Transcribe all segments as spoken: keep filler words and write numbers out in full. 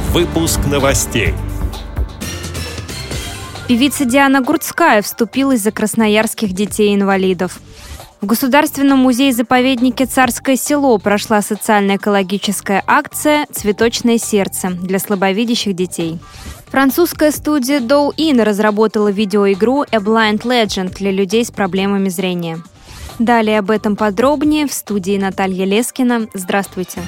Выпуск новостей. Певица Диана Гурцкая вступилась за красноярских детей-инвалидов. В Государственном музее-заповеднике «Царское село» прошла социально-экологическая акция «Цветочное сердце» для слабовидящих детей. Французская студия Douyin разработала видеоигру A Blind Legend для людей с проблемами зрения. Далее об этом подробнее в студии Наталья Лескина. Здравствуйте.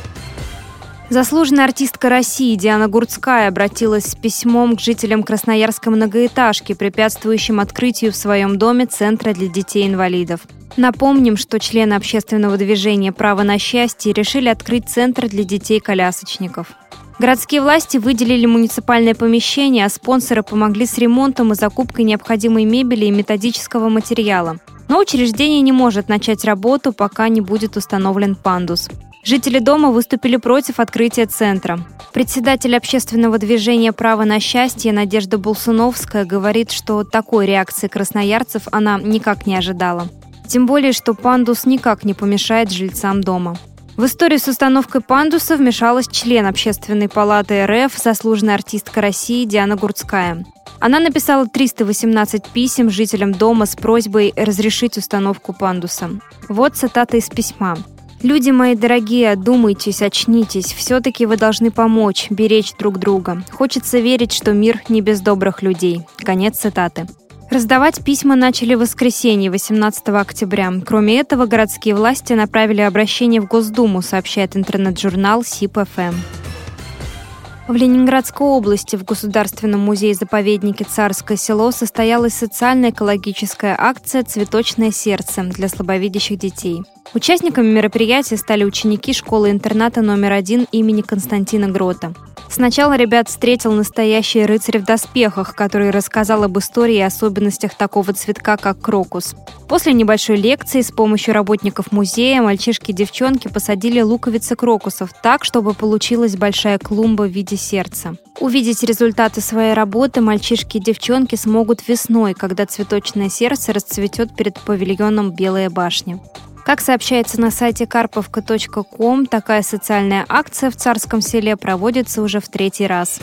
Заслуженная артистка России Диана Гурцкая обратилась с письмом к жителям красноярской многоэтажки, препятствующим открытию в своем доме центра для детей-инвалидов. Напомним, что члены общественного движения «Право на счастье» решили открыть центр для детей-колясочников. Городские власти выделили муниципальное помещение, а спонсоры помогли с ремонтом и закупкой необходимой мебели и методического материала. Но учреждение не может начать работу, пока не будет установлен пандус. Жители дома выступили против открытия центра. Председатель общественного движения «Право на счастье» Надежда Булсуновская говорит, что такой реакции красноярцев она никак не ожидала. Тем более, что пандус никак не помешает жильцам дома. В историю с установкой пандуса вмешалась член Общественной палаты эр эф, заслуженная артистка России Диана Гурцкая. Она написала триста восемнадцать писем жителям дома с просьбой разрешить установку пандуса. Вот цитата из письма. «Люди мои дорогие, одумайтесь, очнитесь. Все-таки вы должны помочь, беречь друг друга. Хочется верить, что мир не без добрых людей». Конец цитаты. Раздавать письма начали в воскресенье, восемнадцатого октября. Кроме этого, городские власти направили обращение в Госдуму, сообщает интернет-журнал СИП-ФМ. В Ленинградской области в Государственном музее-заповеднике «Царское село» состоялась социально-экологическая акция «Цветочное сердце» для слабовидящих детей. Участниками мероприятия стали ученики школы-интерната номер один имени Константина Грота. Сначала ребят встретил настоящий рыцарь в доспехах, который рассказал об истории и особенностях такого цветка, как крокус. После небольшой лекции с помощью работников музея мальчишки и девчонки посадили луковицы крокусов так, чтобы получилась большая клумба в виде сердца. Увидеть результаты своей работы мальчишки и девчонки смогут весной, когда цветочное сердце расцветет перед павильоном «Белая башня». Как сообщается на сайте карповка точка ком, такая социальная акция в Царском селе проводится уже в третий раз.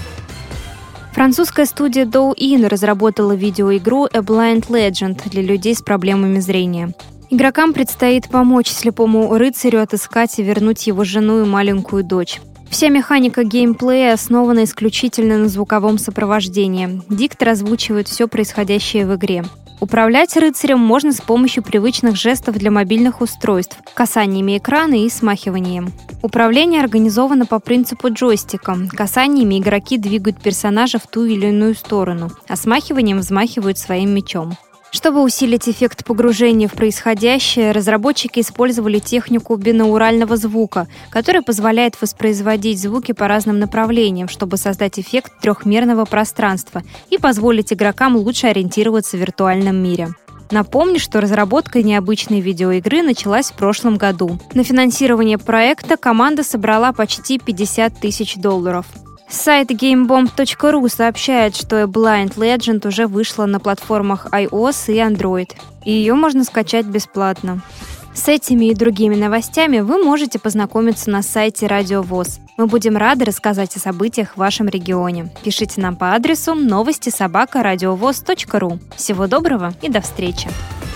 Французская студия Douyin разработала видеоигру A Blind Legend для людей с проблемами зрения. Игрокам предстоит помочь слепому рыцарю отыскать и вернуть его жену и маленькую дочь. Вся механика геймплея основана исключительно на звуковом сопровождении. Диктор озвучивает все происходящее в игре. Управлять рыцарем можно с помощью привычных жестов для мобильных устройств, касаниями экрана и смахиванием. Управление организовано по принципу джойстика. Касаниями игроки двигают персонажа в ту или иную сторону, а смахиванием взмахивают своим мечом. Чтобы усилить эффект погружения в происходящее, разработчики использовали технику бинаурального звука, которая позволяет воспроизводить звуки по разным направлениям, чтобы создать эффект трехмерного пространства и позволить игрокам лучше ориентироваться в виртуальном мире. Напомню, что разработка необычной видеоигры началась в прошлом году. На финансирование проекта команда собрала почти пятьдесят тысяч долларов. Сайт геймбомб точка ру сообщает, что A Blind Legend уже вышла на платформах iOS и Android, и ее можно скачать бесплатно. С этими и другими новостями вы можете познакомиться на сайте Радио ВОС. Мы будем рады рассказать о событиях в вашем регионе. Пишите нам по адресу новости собака радиовоз точка ру. Всего доброго и до встречи!